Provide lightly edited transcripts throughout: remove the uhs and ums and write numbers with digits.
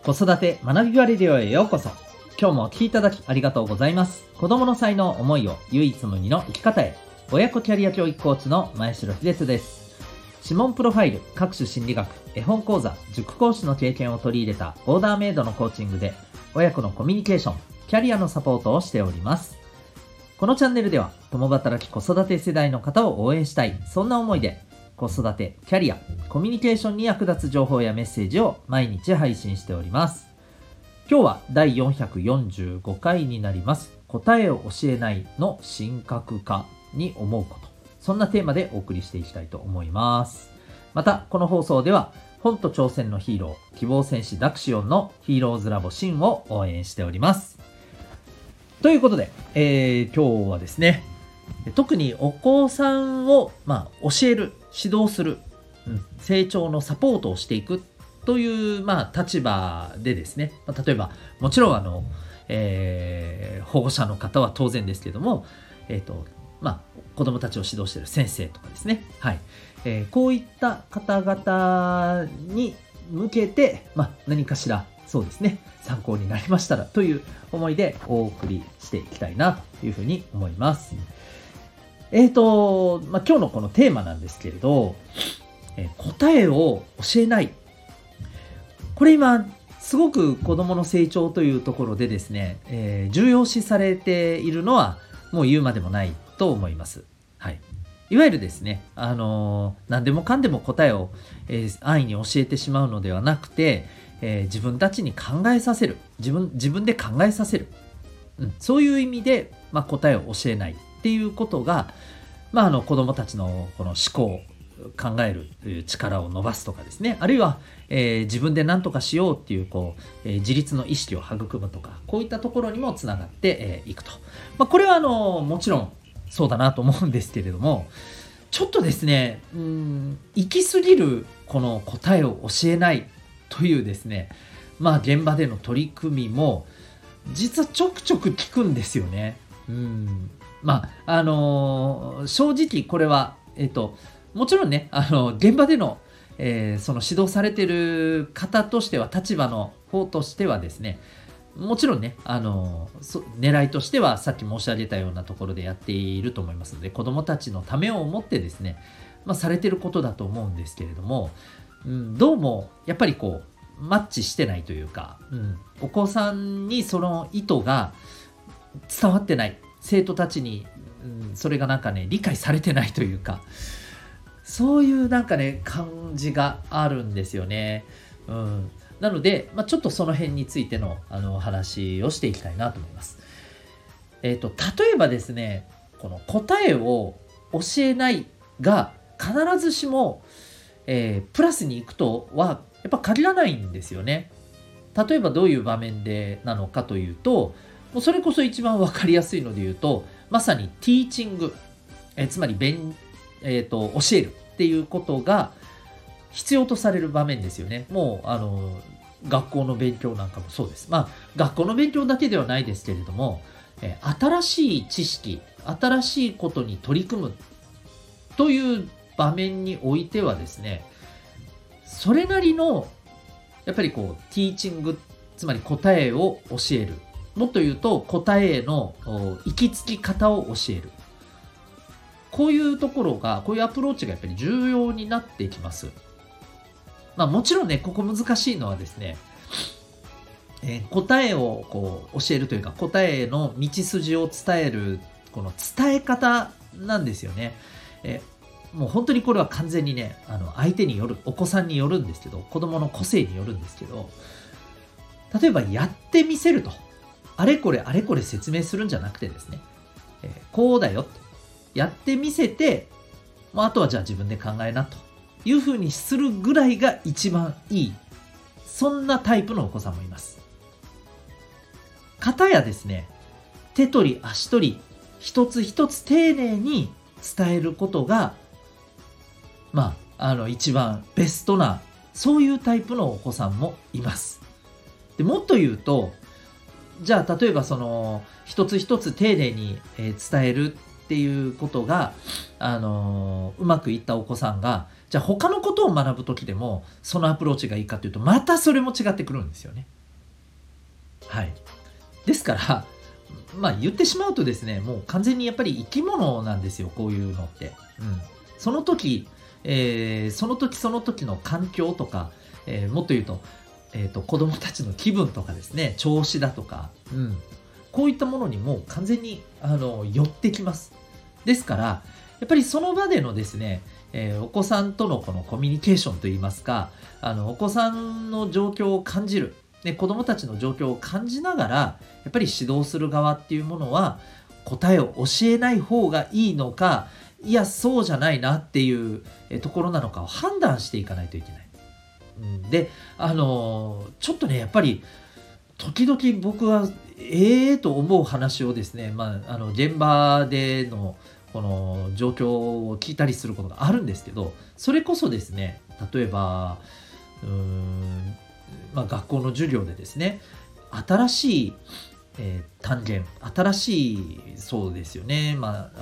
子育て学びバレディオへようこそ。今日もお聞きいただきありがとうございます。子供の才能、思いを唯一無二の生き方へ。親子キャリア教育コーチの前城秀人です。指紋プロファイル、各種心理学、絵本講座、塾講師の経験を取り入れたオーダーメイドのコーチングで親子のコミュニケーション、キャリアのサポートをしております。このチャンネルでは共働き子育て世代の方を応援したい、そんな思いで子育て、キャリア、コミュニケーションに役立つ情報やメッセージを毎日配信しております。今日は第445回になります。答えを教えないの神格化に思うこと。そんなテーマでお送りしていきたいと思います。また、この放送では本と挑戦のヒーロー、希望戦士ダクシオンのヒーローズラボシンを応援しております。ということで、今日はですね、特にお子さんを、教える、指導する、成長のサポートをしていくという、立場でですね、例えばもちろん保護者の方は当然ですけども、子どもたちを指導している先生とかですね、こういった方々に向けて、何かしらそうですね、参考になりましたらという思いでお送りしていきたいなというふうに思います。今日のこのテーマなんですけれど、答えを教えない。これ今すごく子どもの成長というところでですね、重要視されているのはもう言うまでもないと思います。いわゆるですね、何でもかんでも答えを、安易に教えてしまうのではなくて、自分たちに考えさせる、自分で考えさせる、そういう意味で、答えを教えないっていうことが、子どもたちのこの思考、考える力を伸ばすとかですね、あるいは、自分で何とかしようっていう自立の意識を育むとか、こういったところにもつながっていくと。これはもちろんそうだなと思うんですけれども、ちょっとですね、行き過ぎるこの答えを教えないというですね、現場での取り組みも実はちょくちょく聞くんですよね。正直これはもちろんね、現場での、その指導されている方としては、立場の方としてはですね、もちろんね、狙いとしてはさっき申し上げたようなところでやっていると思いますので、子どもたちのためを思ってですね、されていることだと思うんですけれども、どうもやっぱりマッチしてないというか、お子さんにその意図が伝わってない、生徒たちに、それが理解されてないというか、そういう感じがあるんですよね。なので、ちょっとその辺についての話をしていきたいなと思います。例えばですね、この答えを教えないが必ずしも、プラスにいくとはやっぱ限らないんですよね。例えばどういう場面でなのかというと、もうそれこそ一番わかりやすいので言うと、まさにティーチング、つまり教えるっていうことが必要とされる場面ですよね。もう学校の勉強なんかもそうです。学校の勉強だけではないですけれども、新しい知識、新しいことに取り組むという場面においてはですね、それなりのやっぱりティーチング、つまり答えを教える、もっと言うと答えへの行き着き方を教える、こういうところが、こういうアプローチがやっぱり重要になってきます。もちろんね、ここ難しいのはですね、答えを教えるというか、答えの道筋を伝える、この伝え方なんですよね。もう本当にこれは完全にね、相手による、お子さんによるんですけど、子供の個性によるんですけど、例えばやってみせると、あれこれ説明するんじゃなくてですね、こうだよとやってみせて、あとはじゃあ自分で考えなというふうにするぐらいが一番いい、そんなタイプのお子さんもいます。片やですね、手取り足取り一つ一つ丁寧に伝えることが一番ベストな、そういうタイプのお子さんもいます。でもっと言うと、じゃあ例えばその一つ一つ丁寧に伝えるっっっていうことが、うまくいったお子さんが、じゃあ他のことを学ぶ時でもそのアプローチがいいかというと、またそれも違ってくるんですよね。はい。ですから言ってしまうとですね、もう完全にやっぱり生き物なんですよ、こういうのって。その時、その時その時の環境とか、もっと言うと、子供たちの気分とかですね、調子だとか、こういったものにもう完全に寄ってきます。ですから、やっぱりその場でのですね、お子さんとのこのコミュニケーションといいますか、お子さんの状況を感じる、子供たちの状況を感じながら、やっぱり指導する側っていうものは、答えを教えない方がいいのか、いや、そうじゃないなっていうところなのかを判断していかないといけない。で、ちょっとね、やっぱり、時々僕は、と思う話をですね、現場でのこの状況を聞いたりすることがあるんですけど、それこそですね、例えば、学校の授業でですね、新しい、単元、新しい、そうですよね、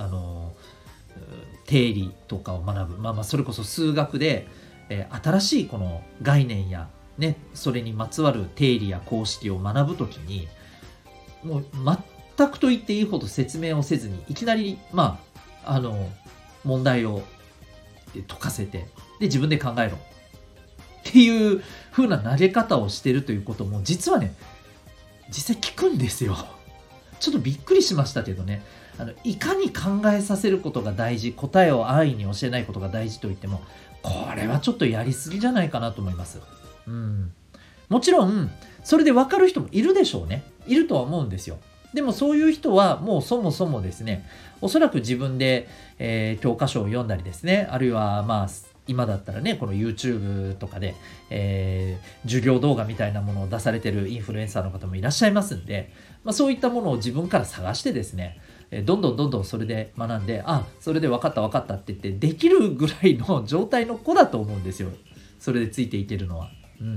定理とかを学ぶ、それこそ数学で、新しいこの概念や、それにまつわる定理や公式を学ぶときに、もう全くと言っていいほど説明をせずに、いきなり、問題を解かせて、で、自分で考えろっていう風な投げ方をしてるということも、実はね、実際聞くんですよ。ちょっとびっくりしましたけどね。いかに考えさせることが大事、答えを安易に教えないことが大事と言っても、これはちょっとやりすぎじゃないかなと思います。もちろん、それで分かる人もいるでしょうね。いるとは思うんですよ。でもそういう人はもうそもそもですね、おそらく自分で、教科書を読んだりですね、あるいは今だったらね、この YouTube とかで、授業動画みたいなものを出されてるインフルエンサーの方もいらっしゃいますんで、そういったものを自分から探してですね、どんどんそれで学んで、それで分かったって言ってできるぐらいの状態の子だと思うんですよ。それでついていけるのは。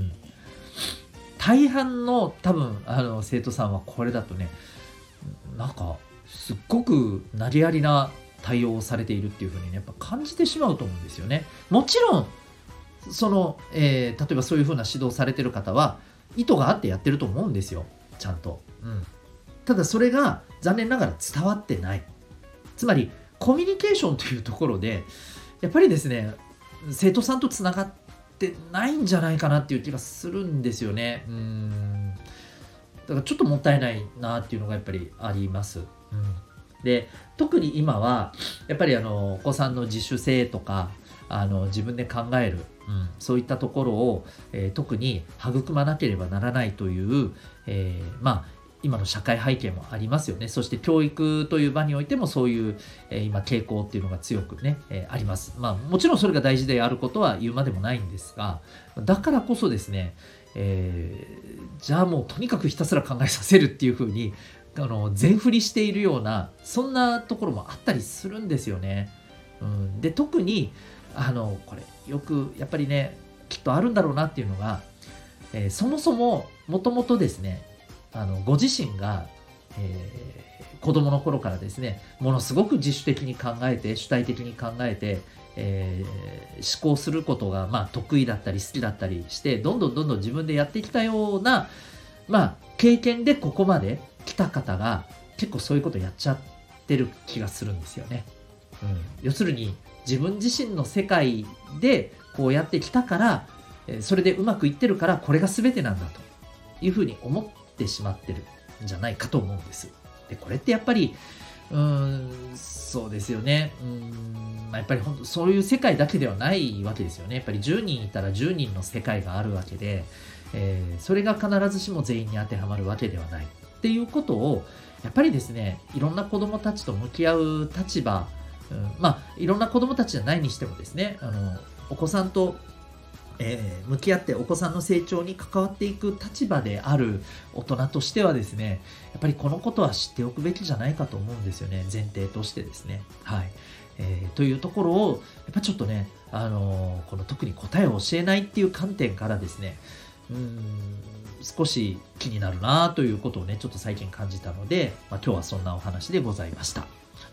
大半の多分生徒さんはこれだとね、なんかすっごく投げやりな対応をされているっていう風にね、やっぱ感じてしまうと思うんですよね。もちろんその、例えばそういう風な指導されてる方は意図があってやってると思うんですよ、ちゃんと。ただそれが残念ながら伝わってない。つまりコミュニケーションというところでやっぱりですね、生徒さんとつながってないんじゃないかなっていう気がするんですよね。だからちょっともったいないなっていうのがやっぱりあります。で、特に今はやっぱりお子さんの自主性とか自分で考える、そういったところを、特に育まなければならないという、今の社会背景もありますよね。そして教育という場においてもそういう、今傾向っていうのが強くね、あります。もちろんそれが大事であることは言うまでもないんですが、だからこそですね、じゃあもうとにかくひたすら考えさせるっていう風に全振りしているような、そんなところもあったりするんですよね。で、特にこれよくやっぱりね、きっとあるんだろうなっていうのが、そもそももともとですね、ご自身が、子供の頃からですね、ものすごく自主的に考えて、主体的に考えて、思考することが得意だったり好きだったりして、どんどん自分でやってきたような、経験でここまで来た方が結構そういうことやっちゃってる気がするんですよね。要するに自分自身の世界でこうやってきたから、それでうまくいってるからこれが全てなんだというふうに思ってしまってるんじゃないかと思うんです。で、これってやっぱりそうですよね。やっぱり本当そういう世界だけではないわけですよね。やっぱり10人いたら10人の世界があるわけで、それが必ずしも全員に当てはまるわけではないっていうことをやっぱりですね、いろんな子どもたちと向き合う立場、いろんな子どもたちじゃないにしてもですね、お子さんと向き合ってお子さんの成長に関わっていく立場である大人としてはですね、やっぱりこのことは知っておくべきじゃないかと思うんですよね、前提としてですね。というところをやっぱちょっとね、この特に答えを教えないっていう観点からですね、少し気になるなということをね、ちょっと最近感じたので、今日はそんなお話でございました。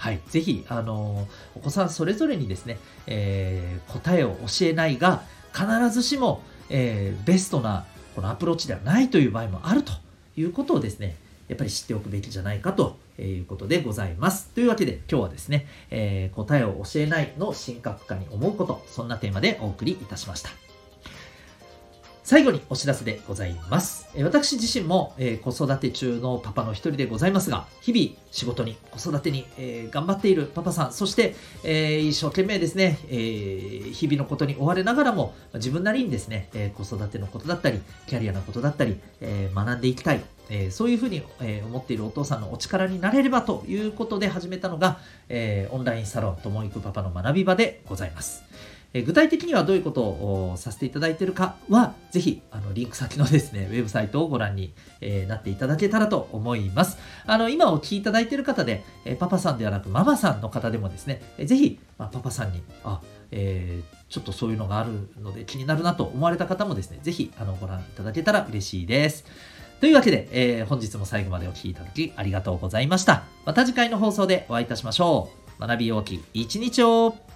はい。ぜひ、お子さんそれぞれにですね、答えを教えないが、必ずしも、ベストなこのアプローチではないという場合もあるということをですね、やっぱり知っておくべきじゃないかということでございます。というわけで今日はですね、答えを教えないの神格化に思うこと、そんなテーマでお送りいたしました。最後にお知らせでございます。私自身も子育て中のパパの一人でございますが、日々仕事に子育てに頑張っているパパさん、そして一生懸命ですね、日々のことに追われながらも自分なりにですね、子育てのことだったり、キャリアのことだったり、学んでいきたい。そういうふうに思っているお父さんのお力になれればということで始めたのが、オンラインサロンともいくパパの学び場でございます。具体的にはどういうことをさせていただいているかは、ぜひ、リンク先のですね、ウェブサイトをご覧になっていただけたらと思います。今お聞きいただいている方で、パパさんではなくママさんの方でもですね、ぜひ、パパさんに、ちょっとそういうのがあるので気になるなと思われた方もですね、ぜひ、ご覧いただけたら嬉しいです。というわけで、本日も最後までお聞きいただきありがとうございました。また次回の放送でお会いいたしましょう。学び大きい一日を。